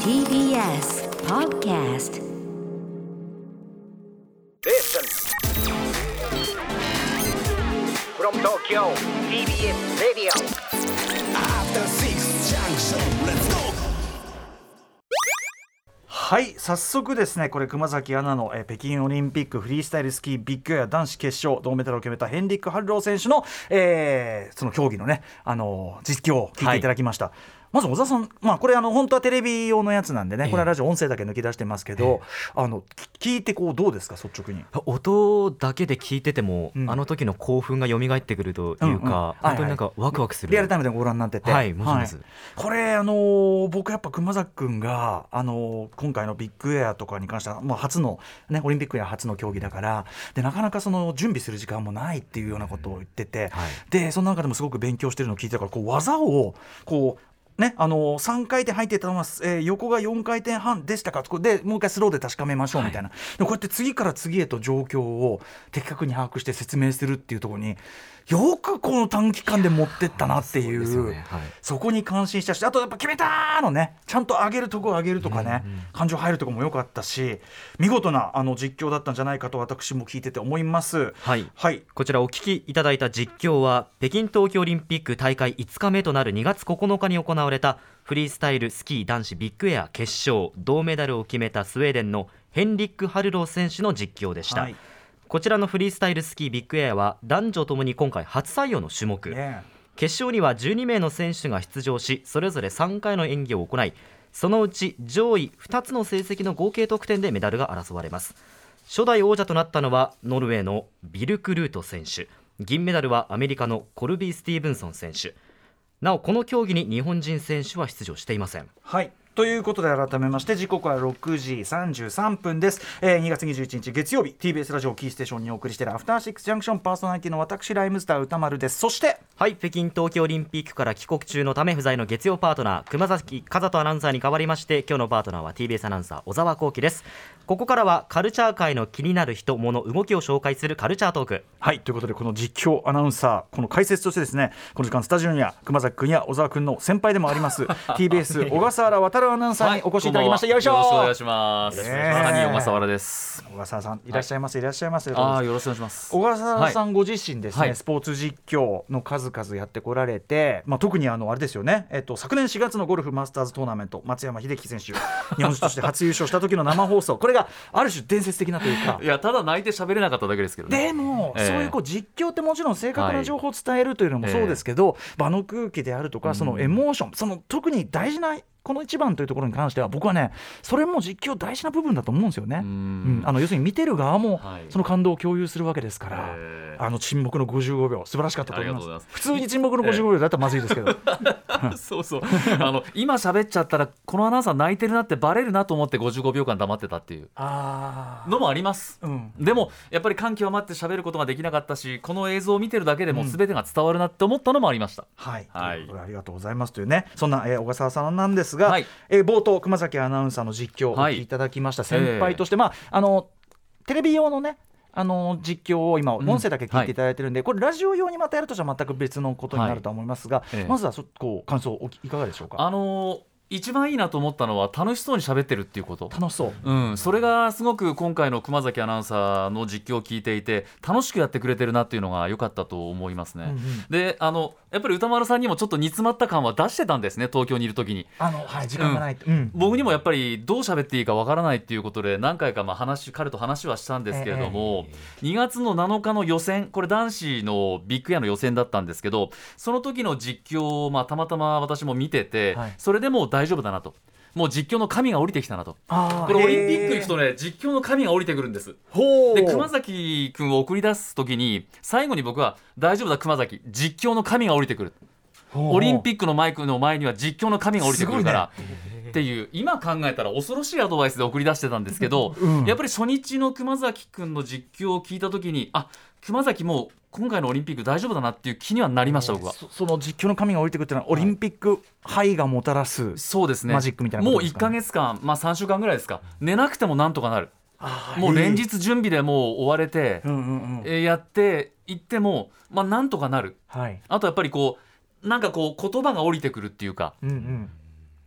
TBS Podcast Listen from Tokyo TBS Radio After Six Junction, let's go. はい、早速ですね、これ熊崎アナの北京オリンピックフリースタイルスキービッグエア男子決勝銅メダルを決めたヘンリック・ハルロー選手の、その競技のね、実況を聞いていただきました。まず小沢さん、これ本当はテレビ用のやつなんでね、これはラジオ音声だけ抜き出してますけど、聞いてどうですか、率直に。 音だけで聞いてても、あの時の興奮が蘇ってくるというか、本当になんかワクワクする、 リアルタイムでご覧になってて、 はい、もちろんです、 これ僕やっぱ熊崎君が今回のビッグエアとかに関しては、初の、ね、オリンピックや初の競技だからで、なかなかその準備する時間もないっていうようなことを言ってて、でその中でもすごく勉強してるのを聞いてたから、技をね、3回転入ってたのは、横が4回転半でしたかでもう一回スローで確かめましょうみたいな、でこうやって次から次へと状況を的確に把握して説明するっていうところによくこの短期間で持ってったなっていう、そこに感心したし、あとやっぱ決めたのね、ちゃんと上げるとこ上げるとかね、感情入るとこも良かったし、見事な実況だったんじゃないかと私も聞いてて思います。はい、 こちらお聞きいただいた実況は北京冬季オリンピック大会5日目となる2月9日に行われたフリースタイルスキー男子ビッグエア決勝、銅メダルを決めたスウェーデンのヘンリック・ハルロー選手の実況でした。こちらのフリースタイルスキービッグエアは男女ともに今回初採用の種目、決勝には12名の選手が出場し、それぞれ3回の演技を行い、そのうち上位2つの成績の合計得点でメダルが争われます。初代王者となったのはノルウェーのビルク・ルート選手、銀メダルはアメリカのコルビー・スティーブンソン選手。なおこの競技に日本人選手は出場していません。 ということで改めまして時刻は6時33分です。2月21日月曜日、 TBS ラジオキーステーションにお送りしているアフターシックスジャンクション、パーソナリティの私ライムスター歌丸です。そして北京冬季オリンピックから帰国中のため不在の月曜パートナー熊崎和人アナウンサーに代わりまして、今日のパートナーは TBS アナウンサー小沢光輝です。ここからはカルチャー界の気になる人物動きを紹介するカルチャートーク。 ということで、この実況アナウンサー、この解説としてですね、この時間スタジオには熊崎君や小沢君の先輩でもありますTBS 小笠原渉アナウンサーにお越しいただきました。よいしょ、 よろしくお願いします。谷小笠原です。 小笠原さんいらっしゃいませ、いらっしゃいませ。 よろしくお願いします。 小笠原さんご自身ですね、スポーツ実況の数々やってこられて、特にあれですよね、昨年4月のゴルフマスターズトーナメント、松山英樹選手日本人として初優勝した時の生放送これがある種伝説的なというかいや、ただ泣いて喋れなかっただけですけどね。 でも、そういう実況ってもちろん正確な情報を伝えるというのもそうですけど、場の空気であるとか、そのエモーション、その特に大事なこの一番というところに関しては、僕はね、それも実況大事な部分だと思うんですよね。要するに見てる側もその感動を共有するわけですから、沈黙の55秒素晴らしかったと思います。普通に沈黙の55秒だったらまずいですけどそう今喋っちゃったらこのアナウンサー泣いてるなってバレるなと思って55秒間黙ってたっていうのもあります。でもやっぱり感極まって喋ることができなかったし、この映像を見てるだけでも全てが伝わるなって思ったのもありました。ということでありがとうございますというね、そんな小笠原さんなんですが、冒頭熊崎アナウンサーの実況をお聞きいただきました。先輩として、テレビ用のね実況を今音声だけ聞いていただいてるんで、これラジオ用にまたやるとじゃ全く別のことになると思いますが、まずは感想いかがでしょうか。 一番いいなと思ったのは楽しそうに喋ってるっていうこと。 楽しそう、 それがすごく今回の熊崎アナウンサーの実況を聞いていて楽しくやってくれてるなっていうのが良かったと思いますね。でやっぱり歌丸さんにもちょっと煮詰まった感は出してたんですね、東京にいる時に。 時間がない、 僕にもやっぱりどう喋っていいかわからないっていうことで何回か彼と話はしたんですけれども、2月の7日の予選、これ男子のビッグエアの予選だったんですけど、その時の実況を、たまたま私も見てて、それでもう大丈夫だなと、もう実況の神が降りてきたなと。これオリンピック行くとね、実況の神が降りてくるんです。で熊崎君を送り出す時に最後に僕は大丈夫だ熊崎、実況の神が降りてくる、オリンピックのマイクの前には実況の神が降りてくるからっていう、今考えたら恐ろしいアドバイスで送り出してたんですけど、やっぱり初日の熊崎君の実況を聞いた時に、熊崎もう今回のオリンピック大丈夫だなっていう気にはなりました。僕はその実況の神が降りてくるっていうのは、オリンピック杯がもたらすそうですね、 マジックみたいなことですかね。 もう1ヶ月間、3週間ぐらいですか、寝なくてもなんとかなる。もう連日準備でもう追われて、やっていっても、なんとかなる。あとやっぱりなんか言葉が降りてくるっていうか、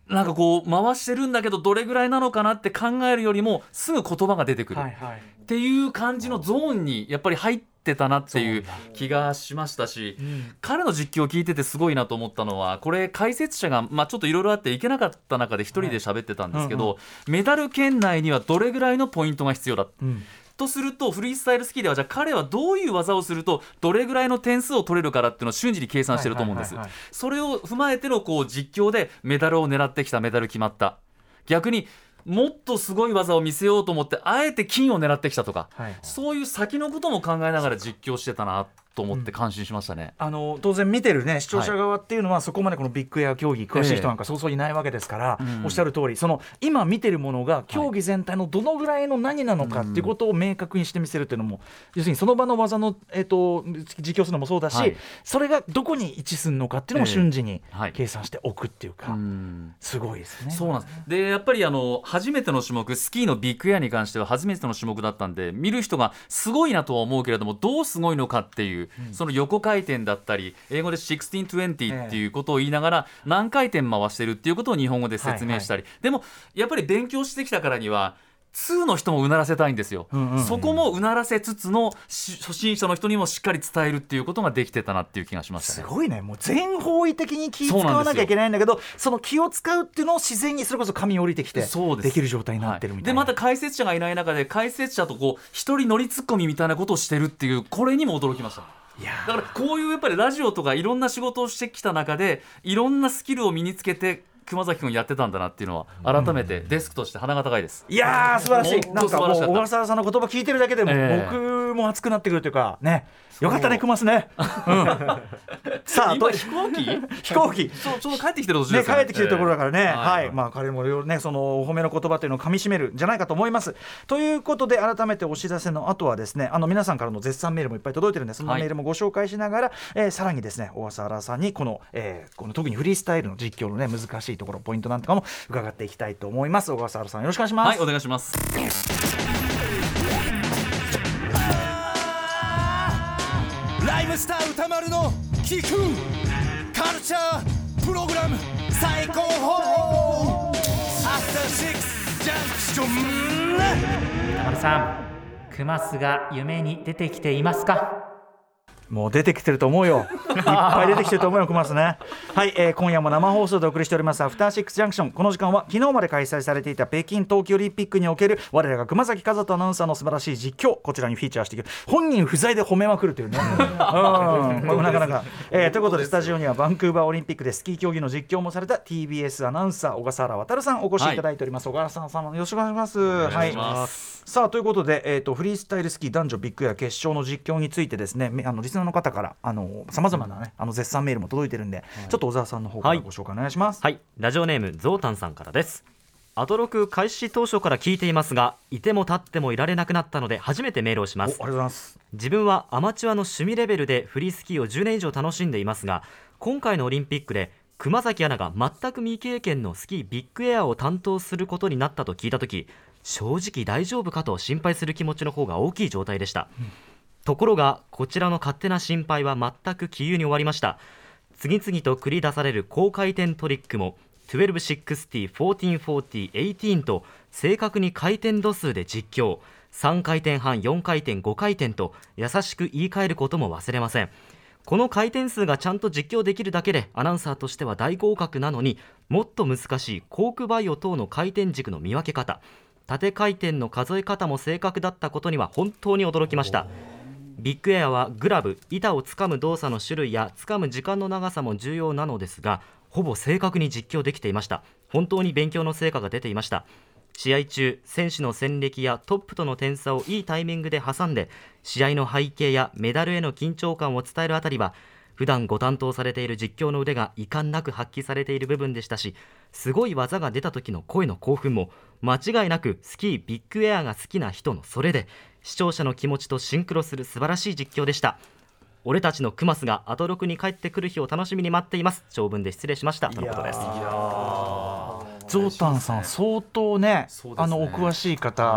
なんかこう回してるんだけどどれぐらいなのかなって考えるよりもすぐ言葉が出てくるっていう感じのゾーンにやっぱり入ってたなっていう気がしましたし、彼の実況を聞いててすごいなと思ったのは、これ解説者がちょっといろいろあっていけなかった中で一人で喋ってたんですけど、メダル圏内にはどれぐらいのポイントが必要だ、とするとフリースタイルスキーではじゃあ彼はどういう技をするとどれぐらいの点数を取れるからっていうのを瞬時に計算してると思うんです。それを踏まえてのこう実況でメダルを狙ってきた、メダル決まった、逆にもっとすごい技を見せようと思ってあえて金を狙ってきたとか、そういう先のことも考えながら実況してたなと思って感心しましたね。 当然見てるね視聴者側っていうのは、そこまでこのビッグエア競技詳しい人なんかそうそういないわけですから、おっしゃる通りその今見てるものが競技全体のどのぐらいの何なのかっていうことを明確にしてみせるっていうのも、要するにその場の技の、実況するのもそうだし、それがどこに位置するのかっていうのも瞬時に計算しておくっていうか、すごいですね。 そうなんです。でやっぱり初めての種目スキーのビッグエアに関しては初めての種目だったんで、見る人がすごいなとは思うけれどもどうすごいのかっていう、その横回転だったり英語で1620っていうことを言いながら何回転回してるっていうことを日本語で説明したり、でもやっぱり勉強してきたからには2の人もうならせたいんですよ、そこもうならせつつの初心者の人にもしっかり伝えるっていうことができてたなっていう気がしましたね。 すごいね。もう全方位的に気を使わなきゃいけないんだけど、その気を使うっていうのを自然にそれこそ紙降りてきてできる状態になってるみたいな、 でまた解説者がいない中で解説者とこう一人乗りツッコミみたいなことをしてるっていう、これにも驚きました。だからこういうやっぱりラジオとかいろんな仕事をしてきた中でいろんなスキルを身につけて熊崎君やってたんだなっていうのは改めてデスクとして鼻が高いです。 いやー素晴らしい。なんかもう小笠原さんの言葉聞いてるだけでも、僕も熱くなってくるというかね、よかったね熊須ね、さあ今飛行機ちょうど帰ってきてる途中ですよね。 帰ってきてるところだからね、彼もねそのお褒めの言葉というのをかみしめるんじゃないかと思います。ということで改めてお知らせの後はですね、皆さんからの絶賛メールもいっぱい届いてるんで、そのメールもご紹介しながら、さらにですね小笠原さんにこの特にフリースタイルの実況のね難しいところポイントなんとかも伺っていきたいと思います。小笠原さんよろしくお願いします。 はい、お願いします。 ライムスター歌丸の聞くカルチャープログラム最高峰アフターシックスジャンクション。 歌丸さん、熊須が夢に出てきていますか？ もう出てきてると思うよいっぱい出てきてると思うよ熊須ね。はい、今夜も生放送でお送りしておりますアフターシックスジャンクション。この時間は昨日まで開催されていた北京冬季オリンピックにおける我らが熊崎和人アナウンサーの素晴らしい実況、こちらにフィーチャーしていく、本人不在で褒めまくるというねなかなか、ということでスタジオにはバンクーバーオリンピックでスキー競技の実況もされた TBS アナウンサー小笠原渉さんお越しいただいております。小笠原さんよろしくお願いします。 お願いします。 さあということで、フリースタイルスキー男女ビッグエア決勝の実況についてですね、リスナーの方からさまざまなね絶賛メールも届いてるんで、ちょっと小沢さんの方からご紹介お願いします。 はい、ラジオネームゾウタンさんからです。アトロク開始当初から聞いていますが、いても立ってもいられなくなったので初めてメールをします。 ありがとうございます。 自分はアマチュアの趣味レベルでフリースキーを10年以上楽しんでいますが、今回のオリンピックで熊崎アナが全く未経験のスキービッグエアを担当することになったと聞いたとき、正直大丈夫かと心配する気持ちの方が大きい状態でした、ところがこちらの勝手な心配は全く気憂に終わりました。次々と繰り出される高回転トリックも1260、1440、18と正確に回転度数で実況、3回転半、4回転、5回転と優しく言い換えることも忘れません。この回転数がちゃんと実況できるだけでアナウンサーとしては大合格なのに、もっと難しいコークバイオ等の回転軸の見分け方、縦回転の数え方も正確だったことには本当に驚きました。ビッグエアはグラブ、板をつかむ動作の種類やつかむ時間の長さも重要なのですが、ほぼ正確に実況できていました。本当に勉強の成果が出ていました。試合中、選手の戦歴やトップとの点差をいいタイミングで挟んで、試合の背景やメダルへの緊張感を伝えるあたりは、普段ご担当されている実況の腕が遺憾なく発揮されている部分でしたし、すごい技が出た時の声の興奮も間違いなくスキービッグエアが好きな人のそれで、視聴者の気持ちとシンクロする素晴らしい実況でした。俺たちのクマスがアトロクに帰ってくる日を楽しみに待っています。長文で失礼しましたとのことです。 ゾウタンさん相当ね、お詳しい方、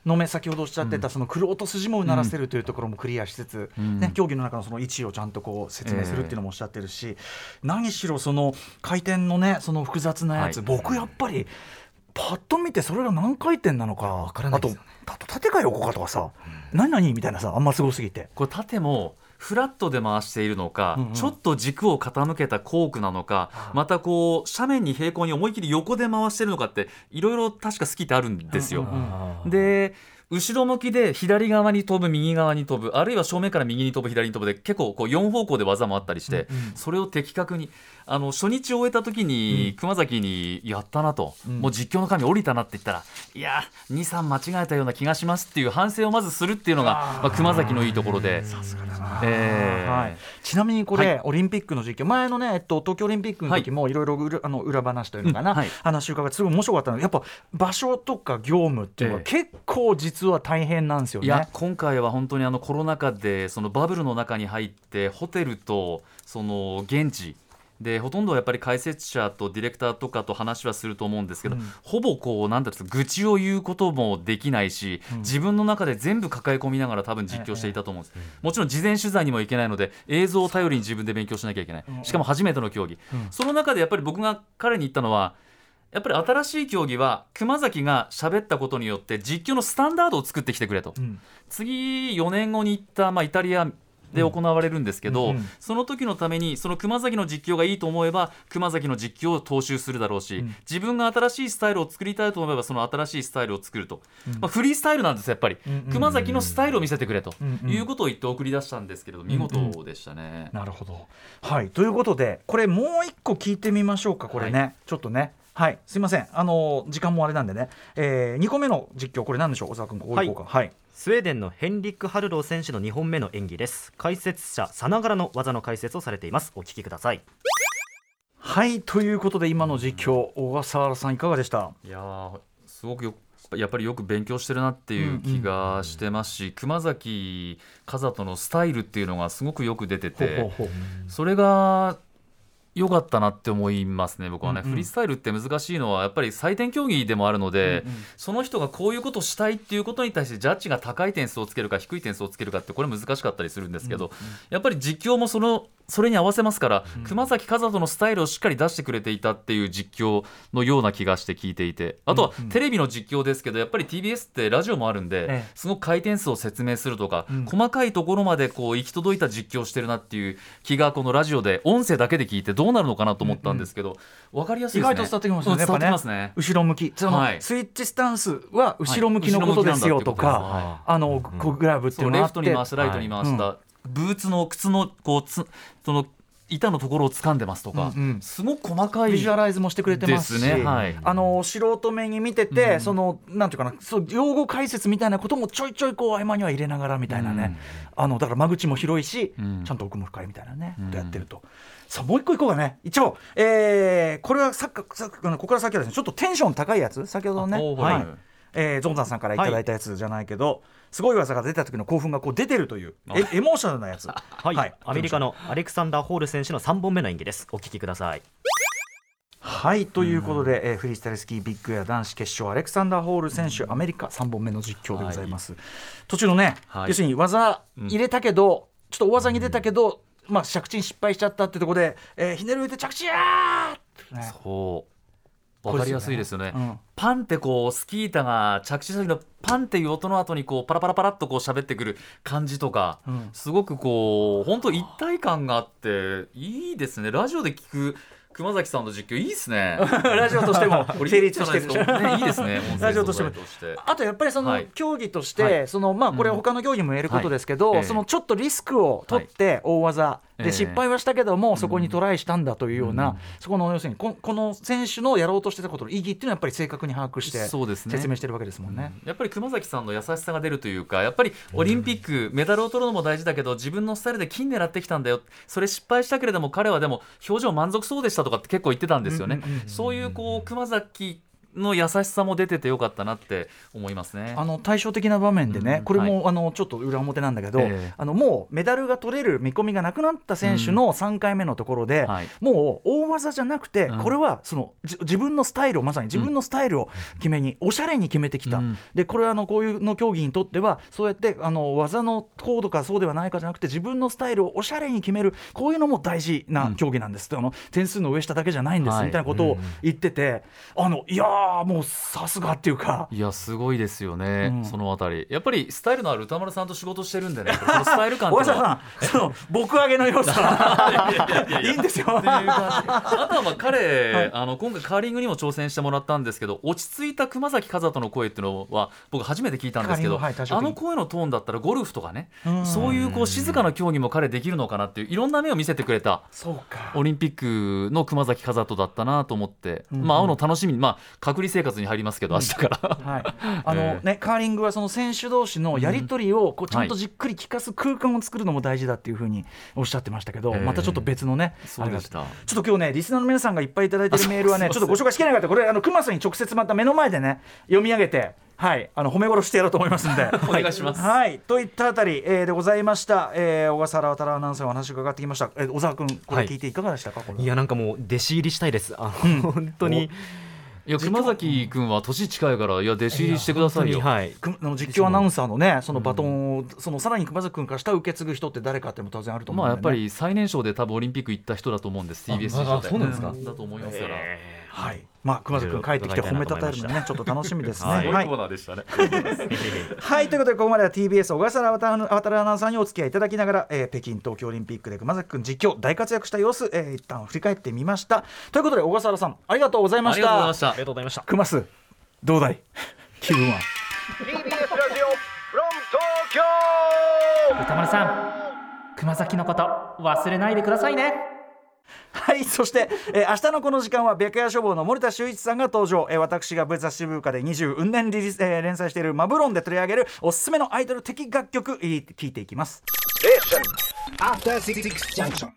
のめ先ほどおっしゃってたその玄人筋もうならせるというところもクリアしつつ、競技の中のその位置をちゃんとこう説明するっていうのもおっしゃってるし、何しろその回転のねその複雑なやつ、僕やっぱりパッと見てそれが何回転なのか分からないですよね。あと縦か横かとかさ、何みたいなさ、あんますごすぎて、 これ縦もフラットで回しているのか、ちょっと軸を傾けたコークなのか、またこう斜面に平行に思い切り横で回してるのかっていろいろ確かスキーってあるんですよ。で後ろ向きで左側に飛ぶ右側に飛ぶ、あるいは正面から右に飛ぶ左に飛ぶで結構こう4方向で技もあったりして、それを的確に初日を終えた時に熊崎にやったなと、もう実況の神降りたなって言ったら、いや 2,3 間違えたような気がしますっていう反省をまずするっていうのが、熊崎のいいところで、さすがだな、 はい、ちなみにこれ、オリンピックの実況前のね、東京オリンピックの時もいろいろ裏話というのかな、話伺ってすごい面白かったのが、やっぱ場所とか業務っていうのは結構実は大変なんですよね。 いや今回は本当にコロナ禍でそのバブルの中に入ってホテルとその現地でほとんどやっぱり解説者とディレクターとかと話はすると思うんですけど、ほぼこうなんだろう、愚痴を言うこともできないし、自分の中で全部抱え込みながら多分実況していたと思うんです。もちろん事前取材にも行けないので映像を頼りに自分で勉強しなきゃいけない、しかも初めての競技、その中でやっぱり僕が彼に言ったのは、やっぱり新しい競技は熊崎が喋ったことによって実況のスタンダードを作ってきてくれと、次4年後に行った、イタリアで行われるんですけど、その時のためにその熊崎の実況がいいと思えば熊崎の実況を踏襲するだろうし、自分が新しいスタイルを作りたいと思えばその新しいスタイルを作ると、フリースタイルなんですよやっぱり、熊崎のスタイルを見せてくれということを言って送り出したんですけれど、見事でしたね。 なるほど、はい、ということでこれもう一個聞いてみましょうか。これね、ちょっとね、はい、すいません、時間もあれなんでね、2個目の実況これ何でしょう、小沢君、ここ行こうか。はい、 スウェーデンのヘンリック・ハルロー選手の2本目の演技です。解説者さながらの技の解説をされています。お聞きください。 はい、ということで今の実況、小笠原さんいかがでした？ いやすごくやっぱりよく勉強してるなっていう気がしてますし、熊崎風人のスタイルっていうのがすごくよく出てて、それが良かったなって思いますね。僕はね、フリースタイルって難しいのはやっぱり採点競技でもあるので、その人がこういうことをしたいっていうことに対してジャッジが高い点数をつけるか低い点数をつけるかってこれ難しかったりするんですけど、やっぱり実況もそれに合わせますから、熊崎風人のスタイルをしっかり出してくれていたっていう実況のような気がして聞いていて、あとはテレビの実況ですけど、やっぱり TBS ってラジオもあるんで、すごく回転数を説明するとか、細かいところまでこう行き届いた実況してるなっていう気がこのラジオで音声だけで聞いてどうなるのかなと思ったんですけど、分かりやすいですね。 意外と伝わってきますよね。 伝わってきますね。 後ろ向き、スイッチスタンスは後ろ向きのことですよとか、グラブっていうのがあって、 レフトに回したライトに回した、ブーツの靴のこうその板のところを掴んでますとか、すごく細かいビジュアライズもしてくれてますし、素人目に見てて、なんていうかな、用語解説みたいなこともちょいちょいこう合間には入れながらみたいなね、だから間口も広いし、ちゃんと奥も深いみたいなね、ことやってると。さあもう一個いこうかね。一応、これはここから先はですね、ちょっとテンション高いやつ、先ほどね、ゾンザンさんからいただいたやつじゃないけど、すごい技が出た時の興奮がこう出てるというエモーショナルなやつ、 アメリカのアレクサンダー・ホール選手の3本目の演技です。お聞きください。 はい、ということで、フリースタイルスキービッグエア男子決勝、アレクサンダー・ホール選手、アメリカ3本目の実況でございます。途中のね、要するに技入れたけど、ちょっと大技に出たけど、着地に失敗しちゃったってところで、ひねる上で着地やー、ね、 そう分かりやすいですよね。パンってこうスキー板が着地した時のパンっていう音の後にこうパラパラパラっとこう喋ってくる感じとか、すごくこう本当一体感があっていいですね。ラジオで聞く熊崎さんの実況いいですね。 ラジオとしても成立してるね、いいですね。 ラジオとしても。あとやっぱりその競技として、これ他の競技もやることですけど、そのちょっとリスクを取って大技で失敗はしたけども、そこにトライしたんだというような、そこの要するにこの選手のやろうとしてたことの意義っていうのはやっぱり正確に把握して説明してるわけですもんね。 やっぱり熊崎さんの優しさが出るというか、やっぱりオリンピックメダルを取るのも大事だけど、自分のスタイルで金狙ってきたんだよ、それ失敗したけれども彼はでも表情満足そうでしたとかって結構言ってたんですよね。そういうこう熊崎の優しさも出ててよかったなって思いますね。 対照的な場面でね、 うんこれも、 はちょっと裏表なんだけど、 えもうメダルが取れる見込みがなくなった選手の3回目のところで、 はいもう大技じゃなくて、 うんこれは自分のスタイルをまさに自分のスタイルを決めに、おしゃれに決めてきた、 うんでこれはこういうの競技にとってはそうやって技の高度かそうではないかじゃなくて自分のスタイルをおしゃれに決める、こういうのも大事な競技なんですって、点数の上下だけじゃないんです、 はいみたいなことを言ってて、いやーもうさすがっていうか。 いやすごいですよね、 うんそのあたりやっぱりスタイルのある歌丸さんと仕事してるんでね、このスタイル感って小いうのは笠さん、僕上げの要素はいいんですよ。 っていう感じあとはまあ彼、今回カーリングにも挑戦してもらったんですけど、落ち着いた熊崎風斗の声っていうのは僕初めて聞いたんですけど、 カーリングはい対照的あの声のトーンだったらゴルフとかね、 うんそういうこう静かな競技も彼できるのかなっていういろんな面を見せてくれたそうか。 オリンピックの熊崎風斗だったなと思って、 うんまあ会うの楽しみに、まあ、隔離生活に入りますけど明日から、 はいカーリングはその選手同士のやり取りをこうちゃんとじっくり聞かす空間を作るのも大事だっていうふうにおっしゃってましたけど、またちょっと別のね、 そうでしたあれがちょっと今日ねリスナーの皆さんがいっぱいいただいてるメールはねちょっとご紹介しきれなかった。これ熊さんに直接また目の前でね読み上げて、はい褒め殺してやろうと思いますんでお願いします。 はいといったあたり、でございました、小笠原渡アナウンサーのお話が伺ってきました。小沢君これ聞いていかがでしたか。これいやなんかもう弟子入りしたいです。本当にいや熊崎君は年近いからいや弟子入りしてくださいよ。 はい実況アナウンサーのねそのバトンをさらに熊崎君から下受け継ぐ人って誰かっても当然あると思うんで、ね、 まあやっぱり最年少で多分オリンピック行った人だと思うんです TBS 上で。 そうなんですか。 だと思いますから、 はい熊崎君帰ってきて褒めたたえるのねちょっと楽しみですね。 はいはいコーナーでしたね。 はいということでここまでは TBS 小笠原渡アナウンサーにお付き合いいただきながら、北京冬季オリンピックで熊崎君実況大活躍した様子、一旦振り返ってみました。ということで小笠原さんありがとうございまありがとうした。 ございました。 ありがとうございました。 熊須どうだい気分は。 TBS ラジオ from 東京歌丸さん、熊崎のこと忘れないでくださいね。 はいそして、明日のこの時間は白夜書房の森田修一さんが登場、私が雑誌ブーカで20年連載しているマブロンで取り上げるおすすめのアイドル的楽曲聞いていきます。 After 66 junction